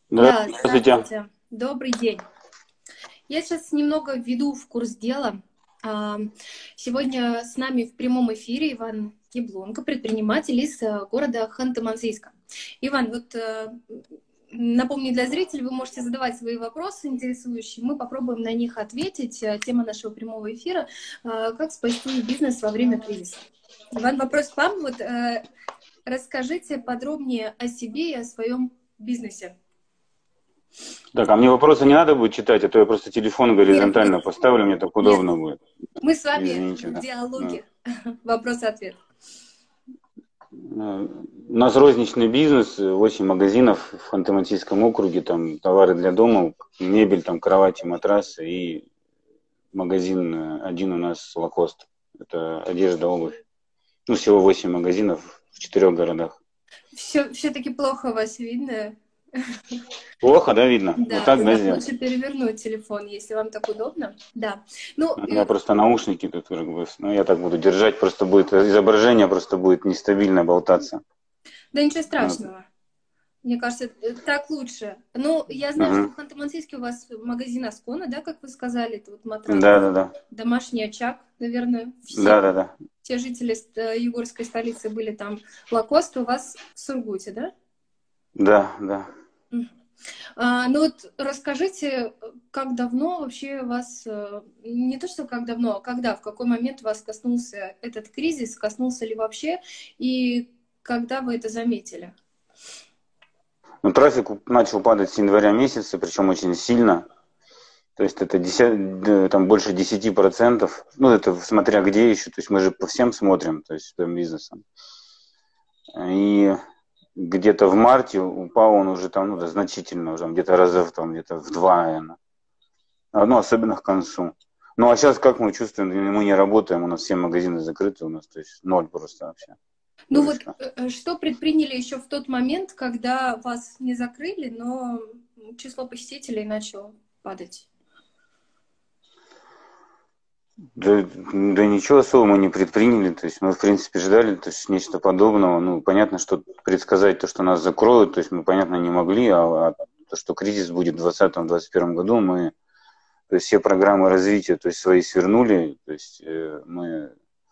Да, Здравствуйте. здравствуйте. Добрый день. Я сейчас немного введу в курс дела. А, Сегодня с нами в прямом эфире Иван Яблонко, предприниматель из города Ханты-Мансийска. Иван, напомню для зрителей, вы можете задавать свои вопросы интересующие. Мы попробуем на них ответить. Тема нашего прямого эфира «Как спасти бизнес во время кризиса». Иван, вопрос к вам. Расскажите подробнее о себе и о своем бизнесе. Так, а мне вопросы не надо будет читать, а то я просто телефон Нет, горизонтально поставлю, мне так нет, удобно будет. мы с вами Извините, в да. диалоге. Вопрос-ответ. У нас розничный бизнес, 8 магазинов в Ханты-Мансийском округе, там товары для дома, мебель, там кровати, матрасы и магазин один у нас Лакост. Это одежда, обувь. Ну, всего 8 магазинов в 4 городах. Все-таки плохо вас видно. Плохо, да, видно? Вот Да, так, да, сделать? лучше перевернуть телефон, если вам так удобно. Да. Ну, Я просто наушники тут как бы, ну, я так буду держать, просто будет изображение просто будет нестабильно болтаться. да ничего Вот. страшного. Мне кажется, так лучше. Ну, я знаю, что Угу. в Ханты-Мансийске у вас магазин Аскона, да, как вы сказали, это вот Да, матрасы, да, да. домашний очаг, наверное, Да, да, да. все жители югорской столицы были там. Лакост у вас в Сургуте, да? Да, да. Ну вот расскажите, как давно вообще вас, не то что как давно, а когда, в какой момент вас коснулся этот кризис, коснулся ли вообще, и когда вы это заметили? Ну, трафик начал падать с января месяца, причем очень сильно. То есть это 10, там больше 10%. Ну, это смотря где еще. То есть мы же по всем смотрим, то есть своим бизнесом. И где-то в марте упал он уже там, ну, да, значительно, уже где-то раза в, там, где-то в 2, наверное. Ну, особенно к концу. Ну, а сейчас как мы чувствуем, мы не работаем, у нас все магазины закрыты, у нас, то есть ноль просто вообще Ну вот выросло. что предприняли еще в тот момент, когда вас не закрыли, но число посетителей начало падать? Да ничего особого мы не предприняли, то есть мы, в принципе, ждали, то есть нечто подобного. Ну, понятно, что предсказать то, что нас закроют, то есть мы, понятно, не могли, а то, что кризис будет в 2020-2021 году, мы, то есть все программы развития, то есть свои свернули, то есть мы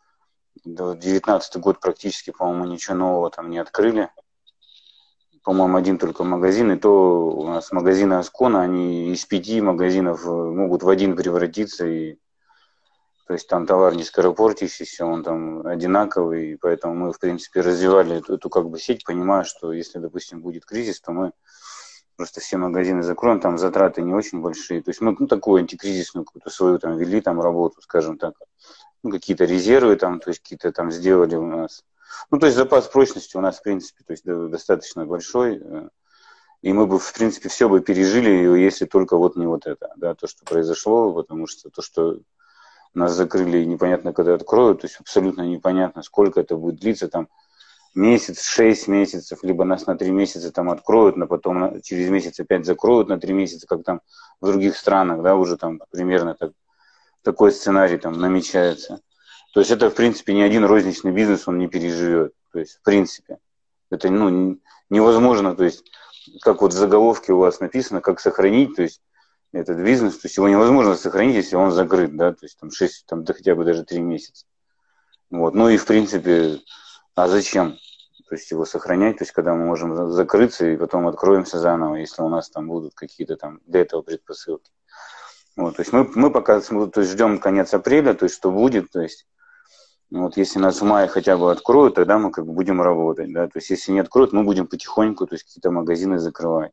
19 год практически, по-моему, ничего нового там не открыли. По-моему, один только магазин, и то у нас магазины Аскона, они из 5 магазинов могут в один превратиться, и то есть там товар не скоропортящийся, он там одинаковый, и поэтому мы, в принципе, развивали эту как бы сеть, понимая, что если, допустим, будет кризис, то мы просто все магазины закроем, там затраты не очень большие. То есть мы такую антикризисную какую-то свою там вели там работу, скажем так. Ну, какие-то резервы там, то есть какие-то там сделали у нас. Ну, то есть запас прочности у нас, в принципе, то есть достаточно большой. И мы бы, в принципе, все бы пережили, если только вот не вот это, да, то, что произошло, потому что то, что нас закрыли и непонятно, когда откроют, то есть абсолютно непонятно, сколько это будет длиться, там, месяц, 6 месяцев, либо нас на 3 месяца там откроют, но потом через месяц опять закроют на 3 месяца, как там в других странах, да, уже там примерно такой сценарий там намечается. То есть это, в принципе, ни один розничный бизнес он не переживет. То есть, в принципе, это, ну, невозможно, то есть, как вот в заголовке у вас написано, как сохранить, то есть, этот бизнес, то есть его невозможно сохранить, если он закрыт, да, то есть там 6, там, да хотя бы даже 3 месяца. Вот. Ну и в принципе, а зачем? То есть его сохранять, то есть когда мы можем закрыться и потом откроемся заново, если у нас там будут какие-то там для этого предпосылки. Вот, то есть мы пока то есть, ждем конец апреля, то есть что будет, то есть вот если нас в мае хотя бы откроют, тогда мы как бы будем работать, да, то есть если не откроют, мы будем потихоньку, то есть какие-то магазины закрывать.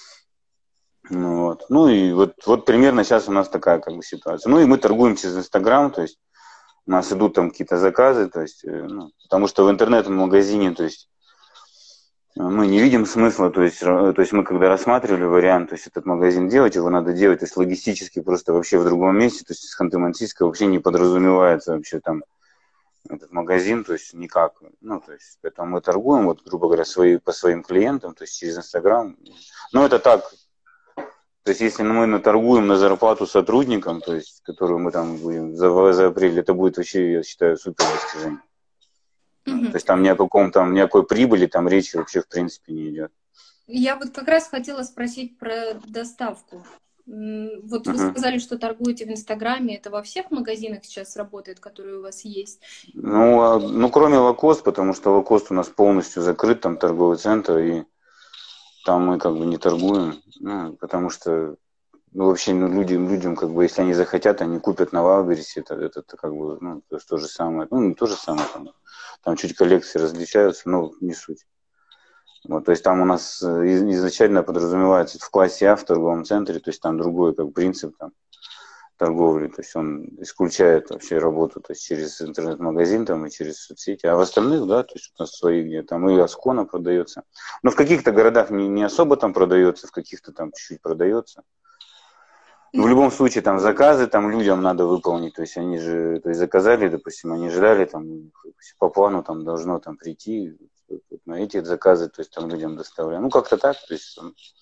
Вот. Ну и вот примерно сейчас у нас такая как бы ситуация. Ну и мы торгуем через Инстаграм, то есть у нас идут там какие-то заказы, то есть, ну, потому что в интернет-магазине, то есть мы не видим смысла, то есть мы когда рассматривали вариант, то есть этот магазин делать, его надо делать, то есть логистически просто вообще в другом месте, то есть с Ханты-Мансийска вообще не подразумевается вообще там этот магазин, то есть никак, ну, то есть поэтому мы торгуем, вот, грубо говоря, по своим клиентам, то есть через Инстаграм, но это так. То есть, если мы наторгуем на зарплату сотрудникам, то есть, которую мы там будем за апрель, это будет вообще, я считаю, супер достижение. То есть, там ни о каком там, ни о какой прибыли там речи вообще в принципе не идет. Я вот как раз хотела спросить про доставку. Вот вы Мгм. сказали, что торгуете в Инстаграме. Это во всех магазинах сейчас работает, которые у вас есть? Ну, ну, кроме Лакост, потому что Лакост у нас полностью закрыт, там торговый центр, и там мы как бы не торгуем, ну, потому что ну, вообще, ну, людям, как бы, если они захотят, они купят на Валбересе, это как бы, ну, то же самое, ну, не то же самое, там чуть коллекции различаются, но не суть. Вот, то есть там у нас изначально подразумевается в классе А в торговом центре, то есть там другой как принцип там, торговли, то есть он исключает вообще работу то есть через интернет-магазин там, и через соцсети, а в остальных, да, то есть у нас свои, где там и Аскона продается, но в каких-то городах не особо там продается, в каких-то там чуть-чуть продается. В Ну, любом случае, там заказы там людям надо выполнить, то есть они же, то есть заказали, допустим, они ждали, там по плану там должно там прийти, на эти заказы, то есть там людям доставляют. Ну, как-то так, то есть,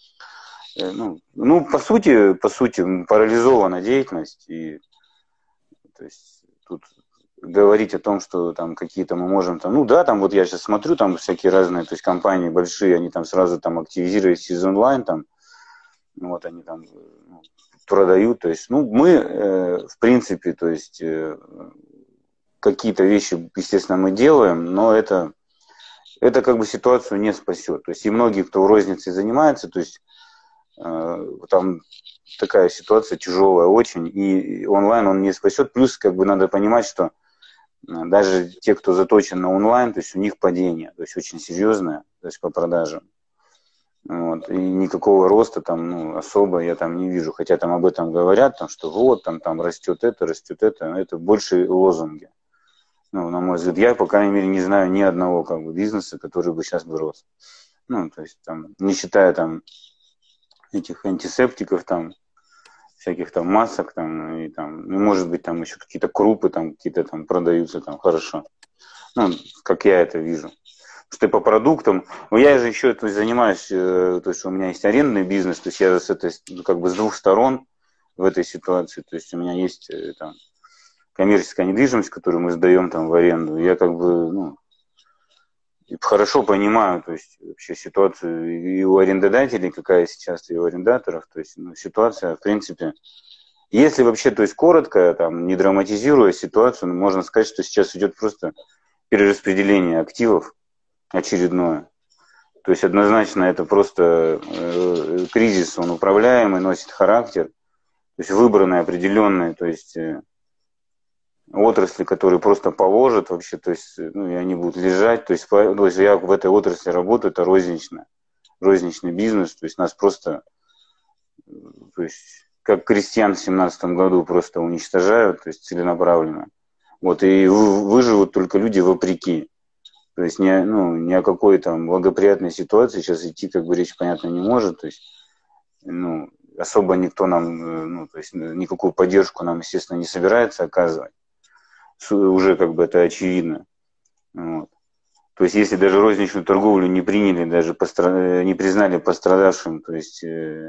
ну, по сути, парализована деятельность, и, то есть, тут говорить о том, что там какие-то мы можем там, ну да, там вот я сейчас смотрю, там всякие разные, то есть компании большие, они там сразу там активизировались из онлайн, там, ну, вот они там ну, продают, то есть, ну, мы, в принципе, то есть, какие-то вещи, естественно, мы делаем, но это как бы ситуацию не спасет. То есть, и многие, кто в рознице занимается, то есть, там такая ситуация тяжелая очень, и онлайн он не спасет. Плюс, как бы, надо понимать, что даже те, кто заточен на онлайн, то есть, у них падение, то есть, очень серьезное, то есть, по продажам. Вот, и никакого роста там, ну, особо я там не вижу. Хотя там об этом говорят, там, что вот, там растет это больше лозунги. Ну, на мой взгляд, я, по крайней мере, не знаю ни одного как бы, бизнеса, который бы сейчас бы рос. Ну, то есть, там, не считая там этих антисептиков, там, всяких там масок, там, и там, ну, может быть, там еще какие-то крупы, там, какие-то там продаются, там, хорошо. Ну, как я это вижу. Что по продуктам, ну, я же еще то есть, занимаюсь, то есть, у меня есть арендный бизнес, то есть, я с этой, ну, как бы, с двух сторон в этой ситуации, то есть, у меня есть, там, коммерческая недвижимость, которую мы сдаем, там, в аренду, я, как бы, ну, хорошо понимаю, то есть вообще ситуацию и у арендодателей, какая сейчас, и у арендаторов, то есть ну, ситуация, в принципе, если вообще, то есть коротко, там, не драматизируя ситуацию, ну, можно сказать, что сейчас идет просто перераспределение активов очередное. То есть однозначно это просто кризис, он управляемый, носит характер, то есть выбраны определенные, то есть отрасли, которые просто положат вообще, то есть, ну, и они будут лежать, то есть я в этой отрасли работаю, это розничный бизнес, то есть нас просто, то есть как крестьян в 17 году просто уничтожают, то есть целенаправленно. Вот, и выживут только люди вопреки. То есть ни о какой там благоприятной ситуации сейчас идти, как бы речь, понятно, не может. То есть, ну, особо никто нам, ну, то есть никакую поддержку нам, естественно, не собирается оказывать. Уже как бы это очевидно. Вот. То есть, если даже розничную торговлю не приняли, даже не признали пострадавшим, то есть,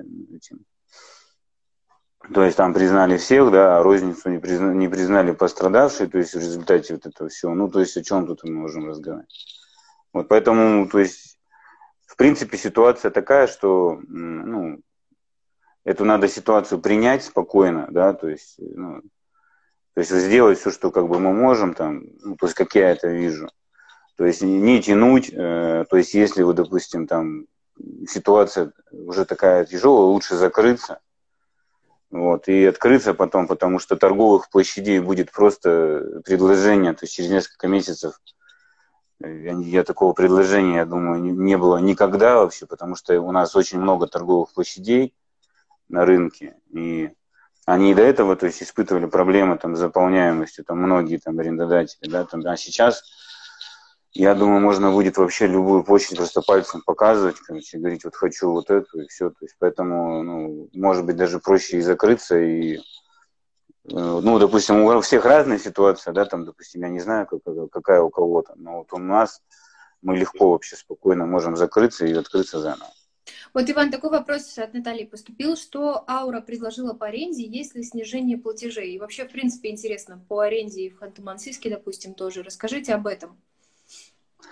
там признали всех, да, а розницу не признали пострадавшие, то есть в результате вот этого всего. Ну, то есть о чем тут мы можем разговаривать? Вот поэтому, то есть, в принципе, ситуация такая, что, ну, эту надо ситуацию принять спокойно, да, то есть, ну, то есть сделать все, что как бы мы можем, там, ну, то есть как я это вижу. То есть не тянуть, то есть если вы, допустим, там ситуация уже такая тяжелая, лучше закрыться, вот, и открыться потом, потому что торговых площадей будет просто предложение, то есть через несколько месяцев я такого предложения, я думаю, не было никогда вообще, потому что у нас очень много торговых площадей на рынке, и они и до этого, то есть, испытывали проблемы там, с заполняемостью, там, многие там, арендодатели, да, там, а сейчас, я думаю, можно будет вообще любую площадь просто пальцем показывать, короче, говорить, вот хочу вот эту, и все, то есть, поэтому, ну, может быть, даже проще и закрыться, и ну, допустим, у всех разная ситуация, да, там, допустим, я не знаю, какая у кого-то, но вот у нас мы легко вообще спокойно можем закрыться и открыться заново. Вот, Иван, такой вопрос от Натальи поступил. Что Аура предложила по аренде, есть ли снижение платежей? И вообще, в принципе, интересно, по аренде в Ханты-Мансийске, допустим, тоже. Расскажите об этом.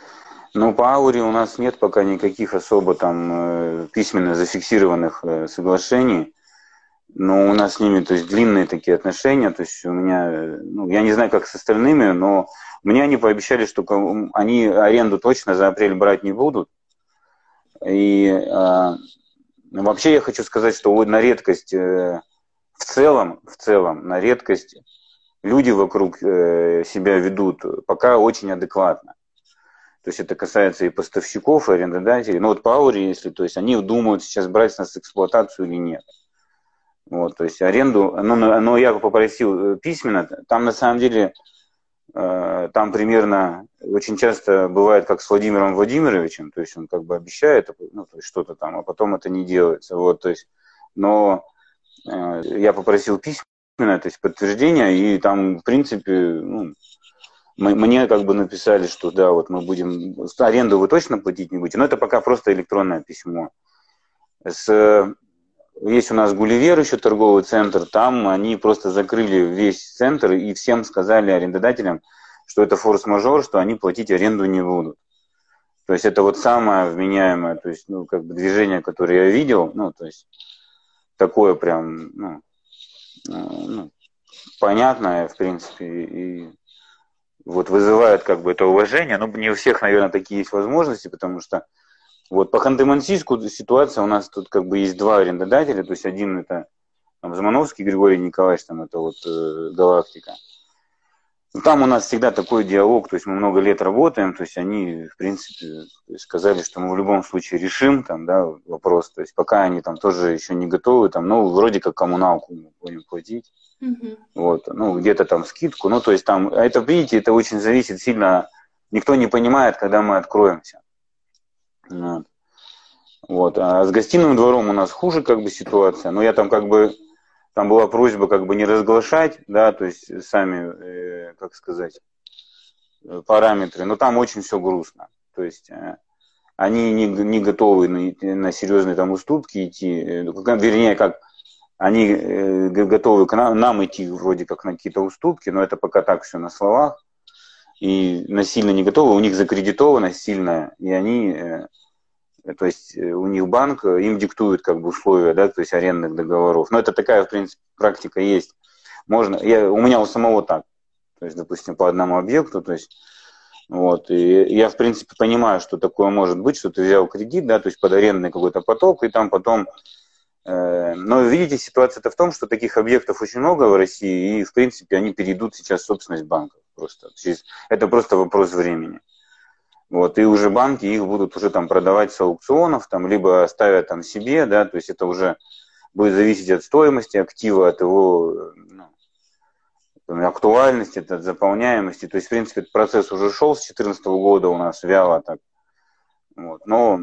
Ну, по ауре у нас нет пока никаких особо там письменно зафиксированных соглашений, но у нас с ними, то есть, длинные такие отношения, то есть у меня, ну, я не знаю, как с остальными, но мне они пообещали, что они аренду точно за апрель брать не будут, и вообще я хочу сказать, что вот на редкость, в целом, на редкость люди вокруг себя ведут пока очень адекватно. То есть это касается и поставщиков, и арендодателей. Но вот по ауре, если, то есть они думают сейчас брать с нас эксплуатацию или нет. Вот, то есть аренду, но я попросил письменно, там на самом деле, там примерно, очень часто бывает, как с Владимиром Владимировичем, то есть он как бы обещает, ну, то есть что-то там, а потом это не делается. Вот, то есть, но я попросил письменно, то есть подтверждение, и там, в принципе, ну, мне как бы написали, что да, вот мы будем, аренду вы точно платить не будете, но это пока просто электронное письмо. Есть у нас Гулливер еще торговый центр, там они просто закрыли весь центр и всем сказали арендодателям, что это форс-мажор, что они платить аренду не будут. То есть это вот самое вменяемое, то есть, ну, как бы движение, которое я видел, ну, то есть такое прям, ну, понятное, в принципе, и вот вызывает как бы это уважение, но не у всех, наверное, такие есть возможности, потому что вот по Ханты-Мансийску ситуация у нас тут как бы есть два арендодателя, то есть один это там, Змановский Григорий Николаевич, там это вот Галактика. Но там у нас всегда такой диалог, то есть мы много лет работаем, то есть они, в принципе, сказали, что мы в любом случае решим там, да, вопрос, то есть пока они там тоже еще не готовы, там, ну, вроде как коммуналку мы будем платить. Вот, ну, где-то там скидку, ну, то есть там, это, видите, это очень зависит сильно, никто не понимает, когда мы откроемся. Вот. А с гостиным двором у нас хуже как бы ситуация, но я там как бы, там была просьба как бы не разглашать, да, то есть сами, как сказать, параметры, но там очень все грустно, то есть они не готовы на серьезные там уступки идти, вернее, как они готовы к нам идти вроде как на какие-то уступки, но это пока так все на словах. И насильно не готовы, у них закредитованность сильная, и они, то есть у них банк, им диктует как бы условия, да, то есть арендных договоров. Но это такая, в принципе, практика есть. Можно, у меня у самого так, то есть, допустим, по одному объекту, то есть, вот, и я, в принципе, понимаю, что такое может быть, что ты взял кредит, да, то есть под арендный какой-то поток, и там потом. Но видите, ситуация-то в том, что таких объектов очень много в России, и, в принципе, они перейдут сейчас в собственность банков. Просто. Это просто вопрос времени. Вот, и уже банки их будут уже там продавать с аукционов, там, либо оставят там себе, да, то есть это уже будет зависеть от стоимости актива, от его актуальности, от заполняемости. То есть, в принципе, этот процесс уже шел с 2014 года у нас вяло так. Вот, но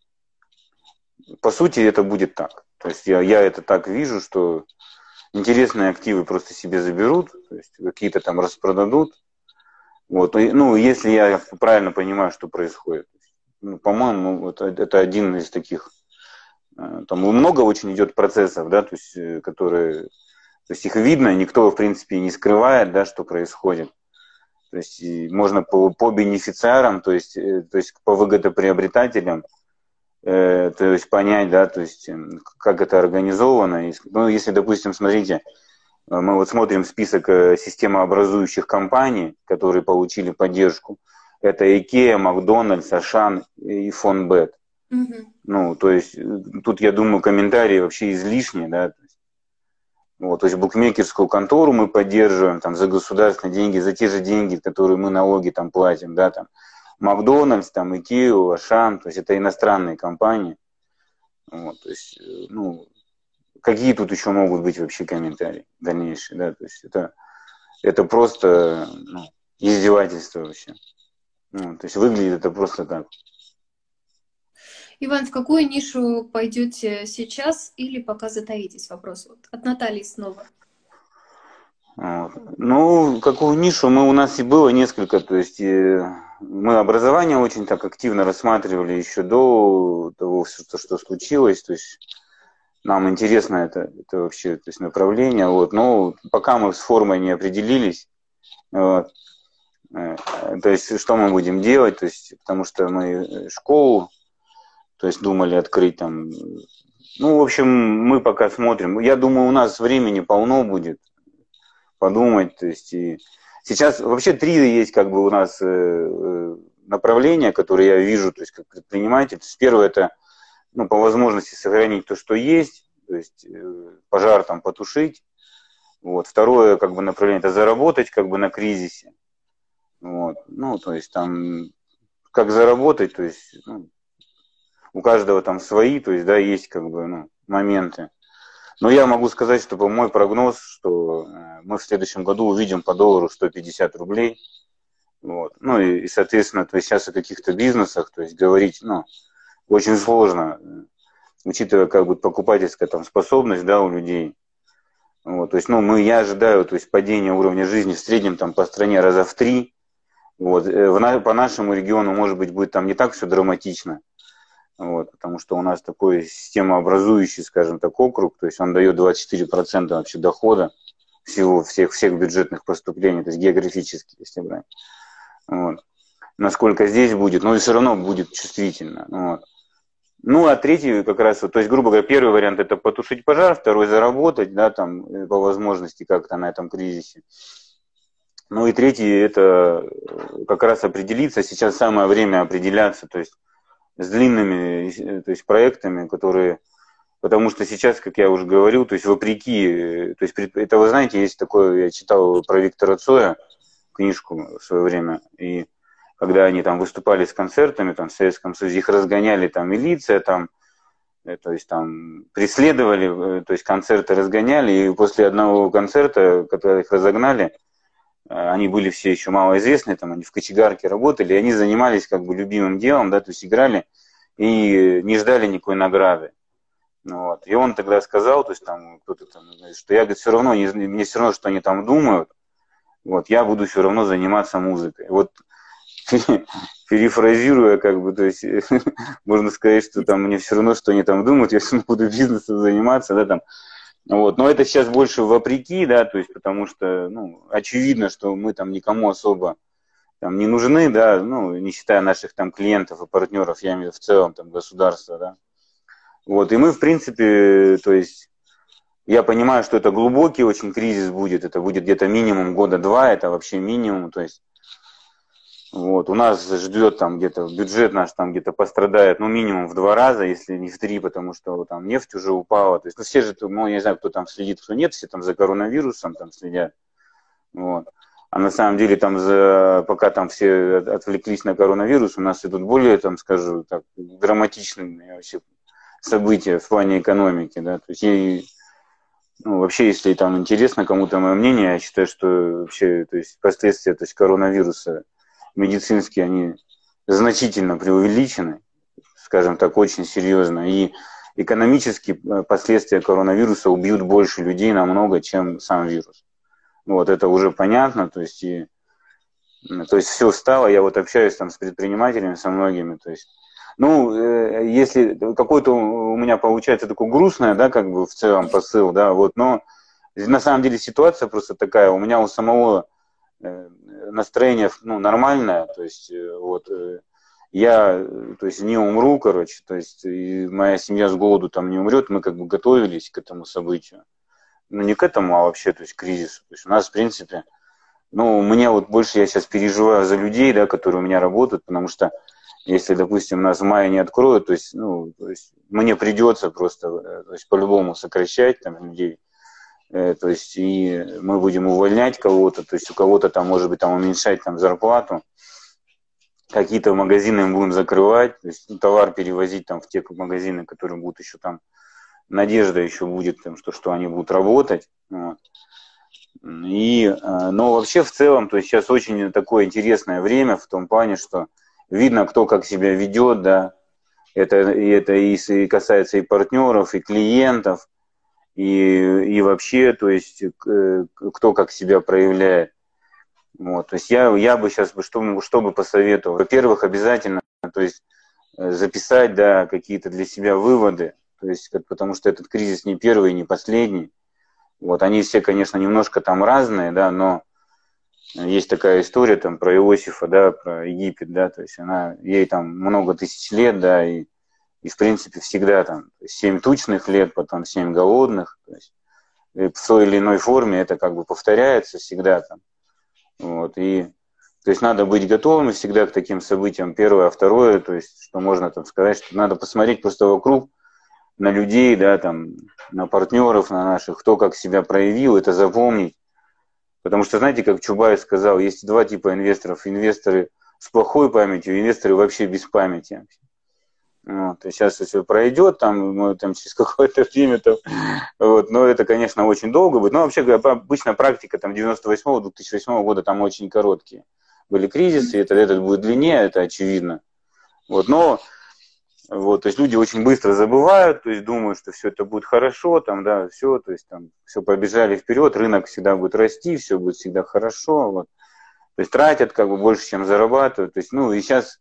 по сути это будет так. То есть я это так вижу, что интересные активы просто себе заберут, то есть какие-то там распродадут. Вот. Ну, если я правильно понимаю, что происходит. Ну, по-моему, вот это один из таких, там много очень идет процессов, да, то есть, которые, то есть их видно, никто, в принципе, не скрывает, да, что происходит. То есть можно по бенефициарам, то есть по выгодоприобретателям, то есть понять, да, то есть как это организовано. Ну, если, допустим, смотрите, мы вот смотрим список системообразующих компаний, которые получили поддержку. Это IKEA, Макдональдс, Ашан и Фонбет. Ну, то есть тут, я думаю, комментарии вообще излишние, да. Вот, то есть букмекерскую контору мы поддерживаем там за государственные деньги, за те же деньги, которые мы налоги там платим, да, там. Макдональдс, там, Икеа, Ашан, то есть это иностранные компании. Вот, то есть, ну, какие тут еще могут быть вообще комментарии дальнейшие, да, то есть это просто издевательство вообще. Ну, то есть выглядит это просто так. Иван, в какую нишу пойдете сейчас или пока затаитесь? Вопрос вот от Натальи снова. Вот. Ну, какую нишу у нас и было несколько, то есть мы образование очень так активно рассматривали еще до того, что случилось, то есть нам интересно это вообще, то есть направление, вот, но пока мы с формой не определились, вот. То есть, что мы будем делать, то есть, потому что мы школу, то есть, думали открыть там. Ну, в общем, мы пока смотрим. Я думаю, у нас времени полно будет подумать, то есть, и сейчас вообще 3 есть как бы у нас направления, которые я вижу, то есть, как предприниматель. То есть, первое, это, ну, по возможности сохранить то, что есть, то есть, пожар там потушить. Вот. Второе, как бы, направление, это заработать, как бы, на кризисе. Вот. Ну, то есть, там, как заработать, то есть, ну, у каждого там свои, то есть, да, есть, как бы, ну, моменты. Но я могу сказать, что по мой прогноз, что мы в следующем году увидим по доллару 150 рублей. Вот. Ну и, соответственно, то есть сейчас о каких-то бизнесах, то есть говорить, ну, очень сложно, учитывая как бы покупательская там способность, да, у людей. Вот. То есть, ну, я ожидаю, то есть падение уровня жизни в среднем там по стране раза в 3. Вот. По нашему региону, может быть, будет там не так все драматично. Вот, потому что у нас такой системообразующий, скажем так, округ, то есть он дает 24% вообще дохода всех бюджетных поступлений, то есть географически, если брать. Вот. Насколько здесь будет, но и все равно будет чувствительно. Вот. Ну, а третий как раз, то есть, грубо говоря, первый вариант это потушить пожар, второй заработать, да, там, по возможности как-то на этом кризисе. Ну и третий это как раз определиться, сейчас самое время определяться, то есть с длинными, то есть проектами, которые, потому что сейчас, как я уже говорил, то есть вопреки, то есть это вы знаете, есть такое, я читал про Виктора Цоя книжку в свое время, и когда они там выступали с концертами там в Советском Союзе, их разгоняли там милиция, там, то есть там преследовали, то есть концерты разгоняли, и после одного концерта, когда их разогнали, они были все еще малоизвестные, там они в кочегарке работали, и они занимались как бы любимым делом, да, то есть играли и не ждали никакой награды. Ну, вот. И он тогда сказал, то есть там кто-то там, что я, говорит, все равно, мне все равно, что они там думают, вот, я буду все равно заниматься музыкой. Вот перефразируя, как бы, то есть можно сказать, что там мне все равно, что они там думают, я все равно буду бизнесом заниматься, да, там. Вот. Но это сейчас больше вопреки, да, то есть потому что, ну, очевидно, что мы там никому особо там не нужны, да, ну, не считая наших там клиентов и партнеров, я имею в виду в целом там государства, да. Вот, и мы, в принципе, то есть я понимаю, что это глубокий очень кризис будет, это будет где-то минимум года 2, это вообще минимум, то есть вот, у нас ждет там где-то, бюджет наш там где-то пострадает, ну, минимум в 2 раза, если не в 3, потому что там нефть уже упала. То есть, ну, все же, ну, я не знаю, кто там следит, кто нет, все там за коронавирусом там следят. Вот. А на самом деле там пока там все отвлеклись на коронавирус, у нас идут более, там, скажу, так, драматичные вообще события в плане экономики, да. То есть, ну, вообще, если там интересно кому-то мое мнение, я считаю, что вообще, то есть, последствия, то есть, коронавируса медицинские, они значительно преувеличены, скажем так, очень серьезно. И экономически последствия коронавируса убьют больше людей намного, чем сам вирус. Вот это уже понятно, то есть все встало, я вот общаюсь там с предпринимателями, со многими, то есть, ну, если какой-то у меня получается такой грустный, да, как бы в целом посыл, да, вот, но на самом деле ситуация просто такая, у меня у самого настроение, ну, нормальное, то есть вот я, то есть не умру, короче, то есть и моя семья с голоду там не умрет, мы как бы готовились к этому событию, ну не к этому, а вообще, то есть к кризису, то есть у нас в принципе, ну мне вот больше я сейчас переживаю за людей, да, которые у меня работают, потому что если, допустим, нас в мае не откроют, то есть, ну, то есть мне придется просто, то есть по-любому сокращать там людей. То есть и мы будем увольнять кого-то, то есть у кого-то там, может быть, там уменьшать там зарплату, какие-то магазины мы будем закрывать, то есть товар перевозить там в те магазины, которые будут еще там, надежда еще будет, там, что они будут работать. Вот. Но вообще в целом, то есть сейчас очень такое интересное время в том плане, что видно, кто как себя ведет, да, это и касается и партнеров, и клиентов, и вообще, то есть, кто как себя проявляет. Вот, то есть я бы сейчас, что бы посоветовал? Во-первых, обязательно, то есть, записать, да, какие-то для себя выводы, то есть, потому что этот кризис не первый, не последний. Вот, они все, конечно, немножко там разные, да, но есть такая история там про Иосифа, да, про Египет, да, то есть ей там много тысяч лет, да, и в принципе всегда там 7 тучных лет, потом 7 голодных, то есть и в той или иной форме это как бы повторяется всегда там, вот, и то есть надо быть готовым всегда к таким событиям, первое, а второе, то есть что можно там сказать, что надо посмотреть просто вокруг на людей, да, там, на партнеров, на наших, кто как себя проявил, это запомнить. Потому что, знаете, как Чубайс сказал, есть два типа инвесторов. Инвесторы с плохой памятью, инвесторы вообще без памяти. Вот. То есть сейчас все пройдет, там через какое-то время, там, вот, но это, конечно, очень долго будет. Но вообще, обычно практика там 98-2008 года там очень короткие были кризисы, этот будет длиннее, это очевидно. Вот, но вот, то есть люди очень быстро забывают, то есть думают, что все это будет хорошо, там, да, все, то есть там все побежали вперед, рынок всегда будет расти, все будет всегда хорошо, вот. То есть тратят как бы больше, чем зарабатывают, то есть, ну, и сейчас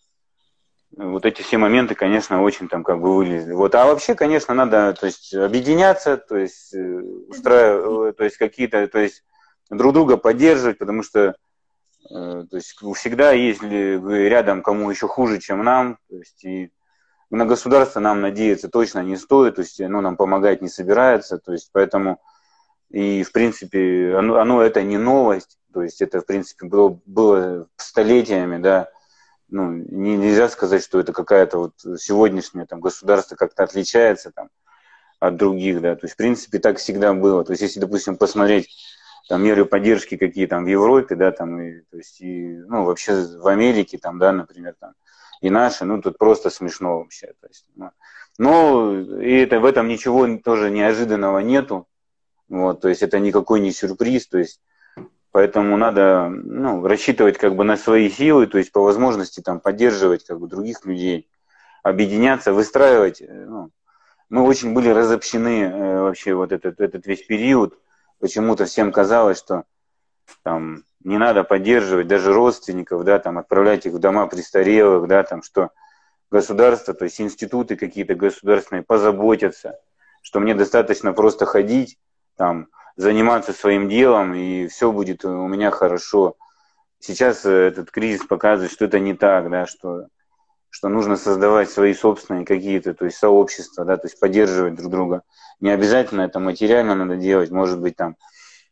вот эти все моменты, конечно, очень там как бы вылезли. Вот, а вообще, конечно, надо, то есть объединяться, то есть устраивать, то есть какие-то, то есть друг друга поддерживать, потому что то есть всегда есть рядом кому еще хуже, чем нам, то есть и на государство нам надеяться точно не стоит, то есть оно нам помогать не собирается, то есть поэтому и в принципе оно это не новость, то есть это в принципе было столетиями, да, ну, нельзя сказать, что это какая-то вот сегодняшнее там государство как-то отличается там от других, да, то есть в принципе так всегда было, то есть если, допустим, посмотреть там меры поддержки какие там в Европе, да, там, и, то есть, и, ну, вообще в Америке, там, да, например, там, и наши, ну, тут просто смешно вообще, то есть, ну, но и это, в этом ничего тоже неожиданного нету, вот, то есть, это никакой не сюрприз, то есть, поэтому надо, ну, рассчитывать как бы на свои силы, то есть, по возможности там поддерживать как бы других людей, объединяться, выстраивать, ну, мы очень были разобщены вообще вот этот весь период. Почему-то всем казалось, что там не надо поддерживать даже родственников, да, там отправлять их в дома престарелых, да, там что государство, то есть институты какие-то государственные позаботятся, что мне достаточно просто ходить, там, заниматься своим делом, и все будет у меня хорошо. Сейчас этот кризис показывает, что это не так, да, что нужно создавать свои собственные какие-то, то есть сообщества, да, то есть поддерживать друг друга. Не обязательно это материально надо делать, может быть там,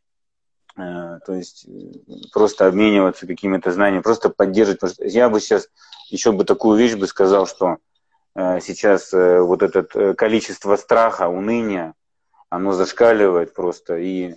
то есть просто обмениваться какими-то знаниями, просто поддерживать. Потому что я бы сейчас еще бы такую вещь бы сказал, что сейчас вот это количество страха, уныния, оно зашкаливает просто, и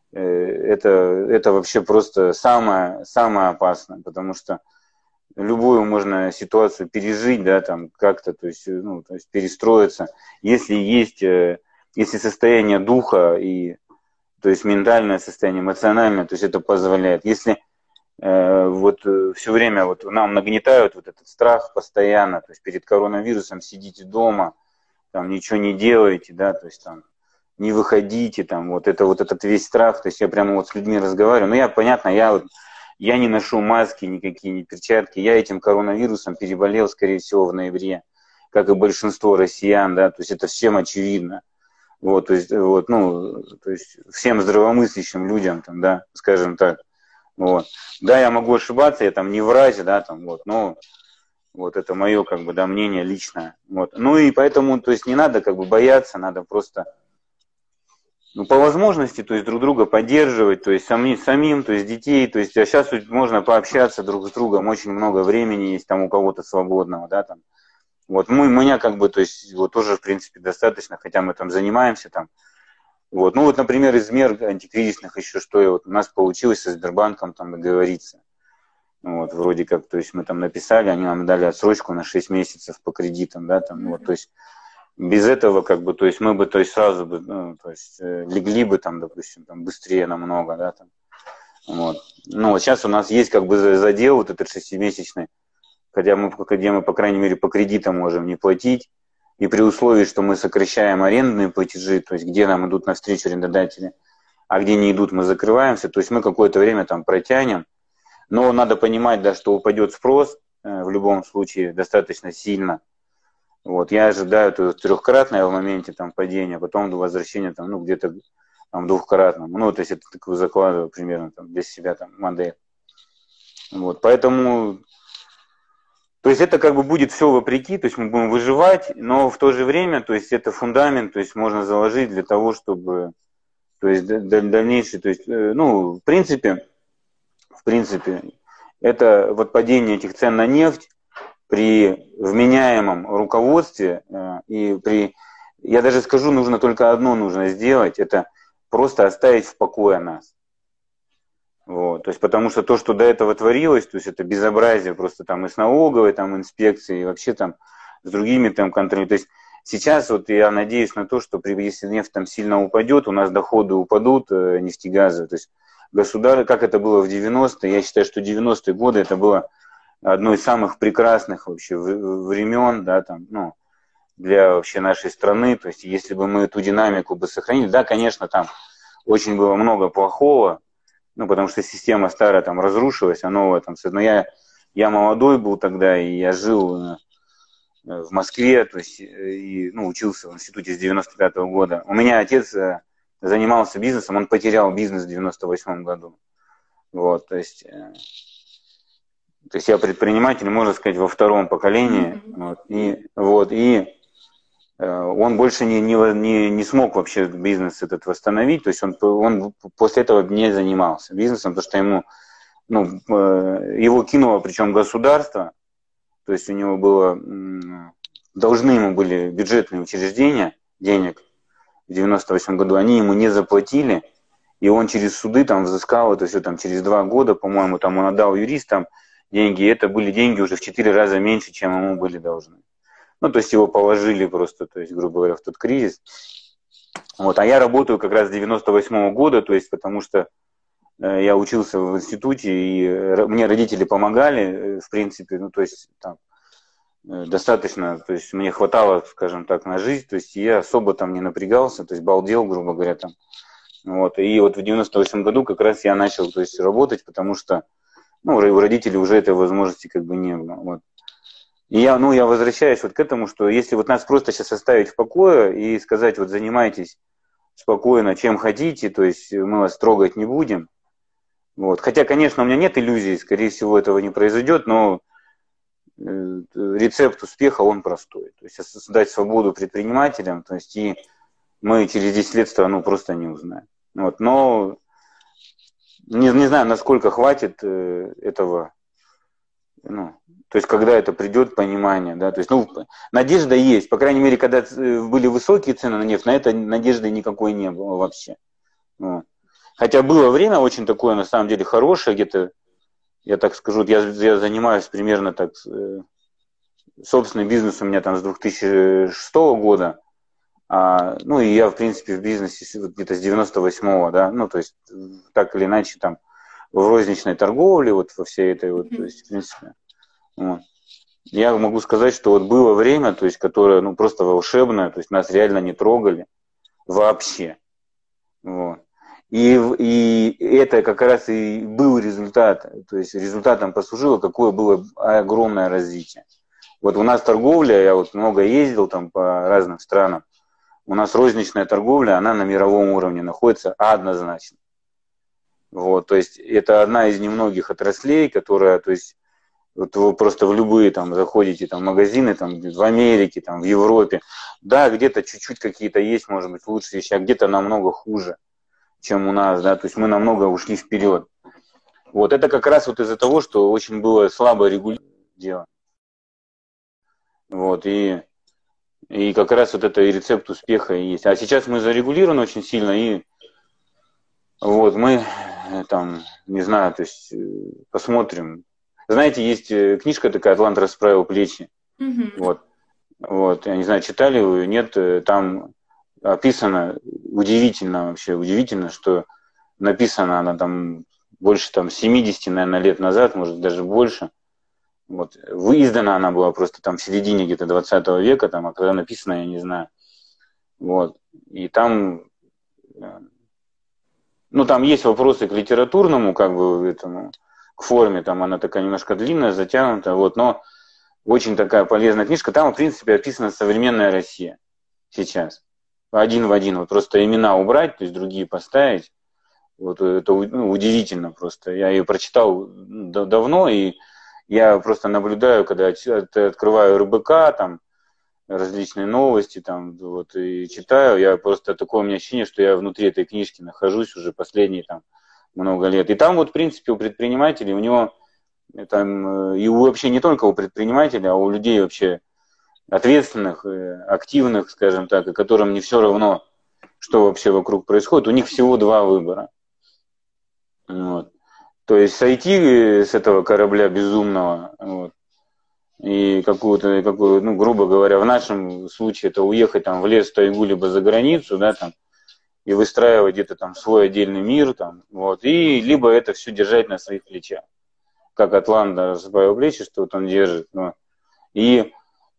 это вообще просто самое опасное, потому что любую можно ситуацию пережить, да, там как-то, то есть, ну, то есть перестроиться. Если есть, если состояние духа и, то есть ментальное состояние, эмоциональное, то есть это позволяет. Если вот все время вот нам нагнетают вот этот страх постоянно, то есть перед коронавирусом сидите дома, там ничего не делаете, да, то есть там не выходите, там вот этот весь страх, то есть я прямо вот с людьми разговариваю, ну понятно, я не ношу маски никакие, ни перчатки. Я этим коронавирусом переболел, скорее всего, в ноябре, как и большинство россиян, да, то есть это всем очевидно. Вот, то есть, вот, ну, то есть всем здравомыслящим людям, там, да, скажем так. Вот. Да, я могу ошибаться, я там не врач, да, там, вот, но вот это мое, как бы, да, мнение личное. Вот. Ну и поэтому, то есть не надо, как бы, бояться, надо просто, ну, по возможности, то есть друг друга поддерживать, то есть самим, то есть детей, то есть а сейчас можно пообщаться друг с другом, очень много времени есть там у кого-то свободного, да, там. Вот меня как бы, то есть вот тоже в принципе достаточно, хотя мы там занимаемся там. Вот, ну вот, например, из мер антикризисных еще что вот у нас получилось со Сбербанком там договориться. Вот, вроде как, то есть мы там написали, они нам дали отсрочку на 6 месяцев по кредитам, да, там, вот, то есть без этого, как бы, то есть мы бы, то есть сразу бы, ну, то есть легли бы там, допустим, там быстрее намного, да, там, вот. Ну, вот сейчас у нас есть как бы задел вот этот 6-месячный, где мы, по крайней мере, по кредитам можем не платить, и при условии, что мы сокращаем арендные платежи, то есть где нам идут навстречу арендодатели, а где не идут, мы закрываемся, то есть мы какое-то время там протянем, но надо понимать, да, что упадет спрос в любом случае достаточно сильно. Вот, я ожидаю трехкратное в моменте там падения, потом до возвращения там, ну, где-то там, двухкратному. Ну, то есть это такую закладываю примерно там, для себя там, модель. Вот, поэтому, то есть это как бы будет все вопреки, то есть мы будем выживать, но в то же время, то есть это фундамент, то есть можно заложить для того, чтобы, то есть дальнейший, то есть, ну, в принципе, это вот падение этих цен на нефть при вменяемом руководстве и при, я даже скажу, нужно только одно нужно сделать, это просто оставить в покое нас. Вот, то есть, потому что то, что до этого творилось, то есть это безобразие просто там и с налоговой там, инспекцией, и вообще там с другими там контролем. То есть сейчас вот я надеюсь на то, что если нефть там сильно упадет, у нас доходы упадут нефтегазовые. То есть государство, как это было в 90-е, я считаю, что 90-е годы это было одно из самых прекрасных вообще времен, да, там, ну, для вообще нашей страны. То есть если бы мы эту динамику бы сохранили, да, конечно, там очень было много плохого, ну, потому что система старая там разрушилась, а новая там... Но я молодой был тогда, и я жил в Москве, то есть, и, ну, учился в институте с 95-го года. У меня отец занимался бизнесом, он потерял бизнес в 98-м году. Вот, то есть я предприниматель, можно сказать, во втором поколении. И он больше не смог вообще бизнес этот восстановить, то есть он после этого не занимался бизнесом, потому что ему, ну, его кинуло, причем государство, то есть у него было, должны ему были бюджетные учреждения денег в 98 году, они ему не заплатили, и он через суды там взыскал это все там через 2 года, по-моему, там он отдал юристам деньги, и это были деньги уже в 4 раза меньше, чем ему были должны. Ну, то есть его положили просто, то есть, грубо говоря, в тот кризис. Вот. А я работаю как раз с 98-го года, то есть, потому что я учился в институте, и мне родители помогали, в принципе, ну, то есть, там, достаточно, то есть, мне хватало, скажем так, на жизнь, то есть, я особо там не напрягался, то есть, балдел, грубо говоря, там. Вот. И вот в 98 году как раз я начал, то есть, работать, потому что, ну, у родителей уже этой возможности как бы не было. Вот. И я возвращаюсь вот к этому, что если вот нас просто сейчас оставить в покое и сказать, вот занимайтесь спокойно чем хотите, то есть мы вас трогать не будем. Вот. Хотя, конечно, у меня нет иллюзий, скорее всего, этого не произойдет, но рецепт успеха, он простой. То есть создать свободу предпринимателям, то есть и мы через 10 лет страну просто не узнаем. Вот. Но не знаю, насколько хватит этого, ну, то есть, когда это придет, понимание, да, то есть, ну, надежда есть, по крайней мере, когда были высокие цены на нефть, на это надежды никакой не было вообще. Вот. Хотя было время очень такое, на самом деле, хорошее, где-то, я так скажу, я занимаюсь примерно так, собственный бизнес у меня там с 2006 года, ну, и я, в принципе, в бизнесе где-то с 98-го, да, ну, то есть, так или иначе, там, в розничной торговле, вот во всей этой, вот, то есть, в принципе, вот. Я могу сказать, что вот было время, то есть, которое, ну, просто волшебное, то есть, нас реально не трогали вообще, вот. И это как раз и был результат, то есть, результатом послужило, какое было огромное развитие. Вот у нас торговля, я вот много ездил там по разным странам, у нас розничная торговля, она на мировом уровне находится однозначно. Вот, то есть это одна из немногих отраслей, которая, то есть, вот вы просто в любые там заходите там магазины там в Америке, там в Европе, да, где-то чуть-чуть какие-то есть, может быть, лучшие вещи, а где-то намного хуже, чем у нас, да, то есть мы намного ушли вперед. Вот это как раз вот из-за того, что очень было слабо регулировано дело. Вот, и как раз вот это и рецепт успеха и есть. А сейчас мы зарегулированы очень сильно, и вот мы там, не знаю, то есть посмотрим. Знаете, есть книжка такая «Атлант расправил плечи». Вот, я не знаю, читали вы, нет, там описано удивительно, вообще удивительно, что написана она там больше там 70, наверное, лет назад, может даже больше. Вот. Издана она была просто там в середине где-то 20 века, там, а когда написана, я не знаю. Вот. И там, ну, там есть вопросы к литературному, как бы, этому, к форме, там она такая немножко длинная, затянутая, вот, но очень такая полезная книжка. Там, в принципе, описана современная Россия сейчас. один в один, вот просто имена убрать, то есть другие поставить. Вот это удивительно просто. Я ее прочитал давно, и я просто наблюдаю, когда открываю РБК, там, различные новости, там, вот, и читаю, я просто, такое у меня ощущение, что я внутри этой книжки нахожусь уже последние, там, много лет. И там вот, в принципе, у предпринимателей, у него, там, и вообще не только у предпринимателей, а у людей вообще ответственных, активных, скажем так, и которым не все равно, что вообще вокруг происходит, у них всего два выбора. Вот. То есть сойти с этого корабля безумного, вот, и какую-то, ну, грубо говоря, в нашем случае это уехать там в лес, в тайгу, либо за границу, да, там, и выстраивать где-то там свой отдельный мир, там, вот, и либо это все держать на своих плечах, как Атланта расправил плечи, что вот он держит, ну, и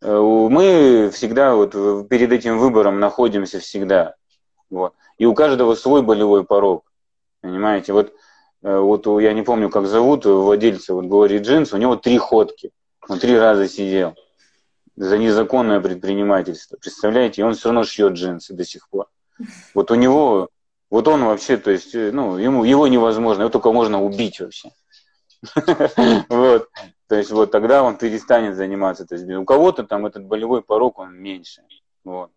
мы всегда вот перед этим выбором находимся всегда, вот, и у каждого свой болевой порог, понимаете, вот я не помню, как зовут владельца вот Glory Jeans, у него 3 ходки. Он 3 раза сидел за незаконное предпринимательство. Представляете? И он все равно шьет джинсы до сих пор. Вот у него, вот он вообще, то есть, ну, его невозможно, его только можно убить вообще. Вот. То есть, вот тогда он перестанет заниматься. То есть, у кого-то там этот болевой порог, он меньше. Вот.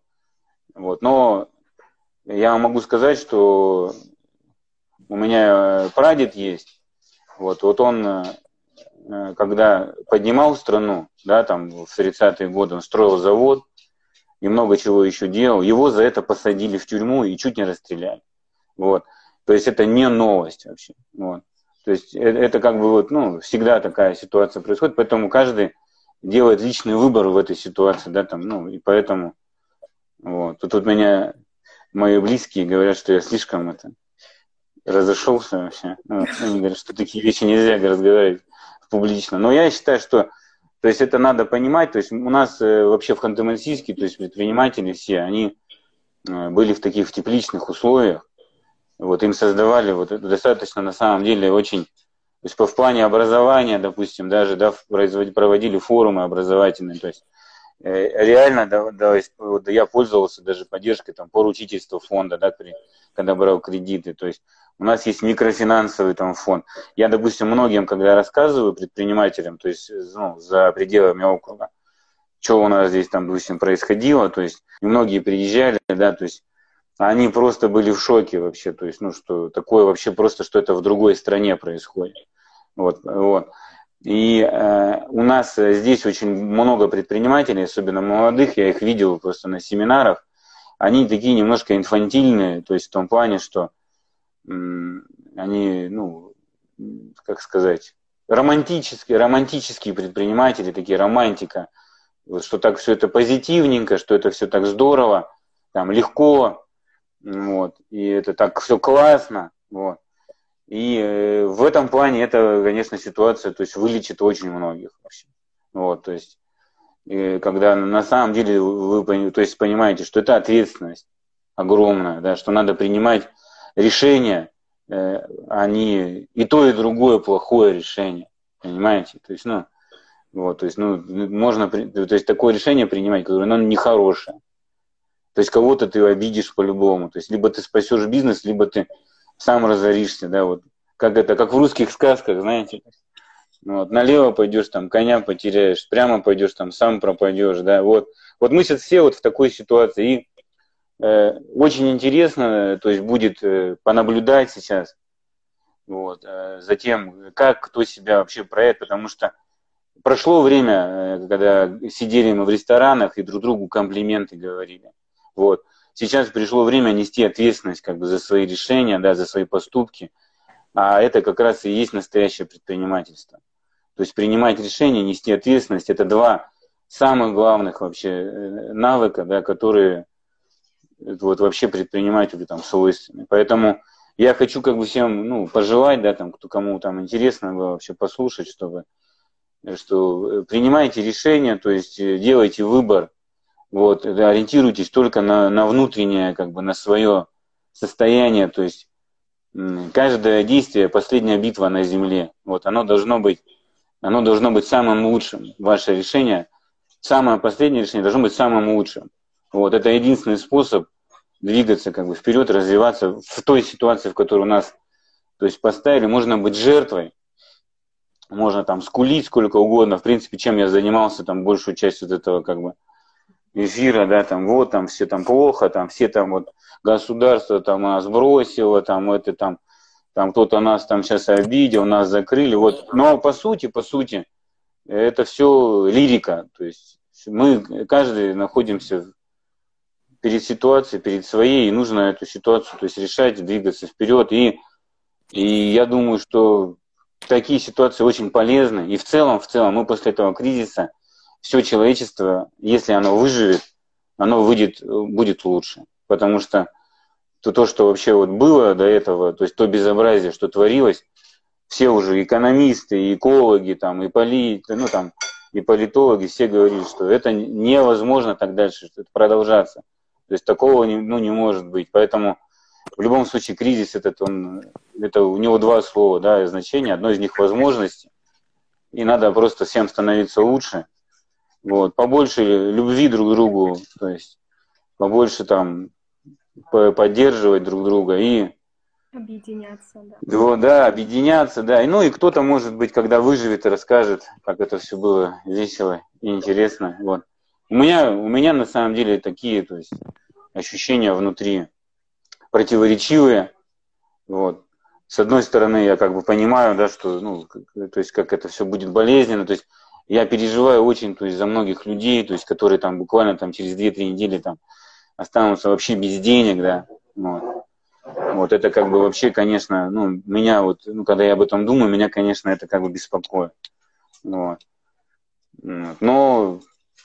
Но я могу сказать, что у меня прадед есть. Вот он, когда поднимал страну, да, там в 30-е годы, он строил завод и много чего еще делал, его за это посадили в тюрьму и чуть не расстреляли. Вот. То есть это не новость вообще. Вот. То есть это как бы вот, ну, всегда такая ситуация происходит, поэтому каждый делает личный выбор в этой ситуации, да, там, ну, и поэтому вот. Тут меня мои близкие говорят, что я слишком разошелся вообще. Вот. Они говорят, что такие вещи нельзя разговаривать публично. Но я считаю, что, то есть это надо понимать. То есть у нас вообще в Ханты-Мансийске, то есть предприниматели все, они были в таких тепличных условиях. Вот им создавали вот это достаточно на самом деле очень, то есть в плане образования, допустим, даже да, проводили форумы образовательные. То есть реально, да, я пользовался даже поддержкой там поручительства фонда, да, когда брал кредиты. То есть у нас есть микрофинансовый там фонд. Я, допустим, многим, когда рассказываю предпринимателям, то есть, ну, за пределами округа, что у нас здесь там, допустим, происходило, то есть многие приезжали, да, то есть они просто были в шоке вообще, то есть, ну, что такое вообще просто, что это в другой стране происходит. Вот. И у нас здесь очень много предпринимателей, особенно молодых, я их видел просто на семинарах, они такие немножко инфантильные, то есть в том плане, что они, ну, как сказать, романтические предприниматели, такие романтика, вот, что так все это позитивненько, что это все так здорово, там легко, вот, и это так все классно, вот. И в этом плане это, конечно, ситуация, то есть вылечит очень многих вообще. Вот, то есть, когда на самом деле вы то есть, понимаете, что это ответственность огромная, да, что надо принимать решения, а не и то, и другое плохое решение, понимаете? То есть, ну, вот, то есть, ну, можно, то есть, такое решение принимать, которое, ну, нехорошее. То есть, кого-то ты обидишь по-любому. То есть, либо ты спасешь бизнес, либо ты сам разоришься, да, вот. Как в русских сказках, знаете. Вот, налево пойдешь, там, коня потеряешь, прямо пойдешь, там, сам пропадешь, да, вот. Вот мы сейчас все вот в такой ситуации, и очень интересно, то есть, будет понаблюдать сейчас, вот, за тем, как кто себя вообще проявит, потому что прошло время, когда сидели мы в ресторанах и друг другу комплименты говорили, вот. Сейчас пришло время нести ответственность как бы за свои решения, да, за свои поступки, а это как раз и есть настоящее предпринимательство. То есть принимать решения, нести ответственность – это 2 самых главных вообще навыка, да, которые вот вообще предпринимателю там свойственны. Поэтому я хочу как бы всем, ну, пожелать, да, там, кому там интересно было вообще послушать, что принимайте решения, то есть делайте выбор, вот, ориентируйтесь только на внутреннее, как бы на свое состояние, то есть каждое действие – последняя битва на земле. Вот, оно должно быть самым лучшим. Ваше решение, самое последнее решение должно быть самым лучшим. Вот, это единственный способ двигаться как бы вперед, развиваться в той ситуации, в которой у нас, то есть поставили, можно быть жертвой, можно там скулить сколько угодно, в принципе, чем я занимался там большую часть вот этого как бы эфира, да, там вот там все там плохо, там все там вот государство там нас бросило, там это там кто-то нас там сейчас обидел, нас закрыли, вот, но по сути, это все лирика, то есть мы каждый находимся перед ситуацией, перед своей, и нужно эту ситуацию, то есть решать, двигаться вперед, и я думаю, что такие ситуации очень полезны, и в целом мы после этого кризиса, все человечество, если оно выживет, оно будет лучше, потому что то, что вообще вот было до этого, то есть то безобразие, что творилось, все уже экономисты, и экологи, там, и политологи, все говорили, что это невозможно так дальше продолжаться. То есть такого не может быть. Поэтому в любом случае кризис это у него два слова, да, значения. Одно из них возможности. И надо просто всем становиться лучше. Вот. Побольше любви друг к другу, то есть побольше там поддерживать друг друга и Объединяться, да. Да, объединяться, да. И кто-то, может быть, когда выживет и расскажет, как это все было весело и интересно. Вот. У меня на самом деле такие, то есть, ощущения внутри противоречивые. Вот. С одной стороны, я как бы понимаю, да, что, то есть, как это все будет болезненно. То есть, я переживаю очень, то есть, за многих людей, то есть, которые там буквально там через 2-3 недели там останутся вообще без денег, да. Вот это как бы вообще, конечно, меня вот, когда я об этом думаю, меня, конечно, это как бы беспокоит. Вот. Но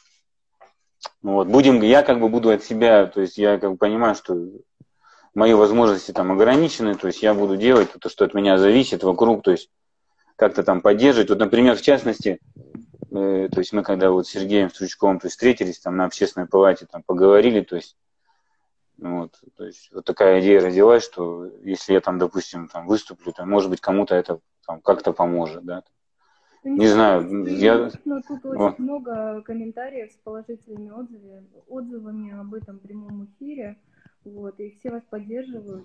я как бы буду от себя, то есть я как бы понимаю, что мои возможности там ограничены, то есть я буду делать то, что от меня зависит вокруг, то есть как-то там поддерживать. Вот, например, в частности, то есть мы когда вот с Сергеем Стручковым, то есть встретились там на общественной палате, там поговорили, то есть вот такая идея родилась, что если я там, допустим, там выступлю, то, может быть, кому-то это там как-то поможет, да. Не знаю, но тут очень много комментариев с положительными отзывами об этом прямом эфире, вот, и все вас поддерживают,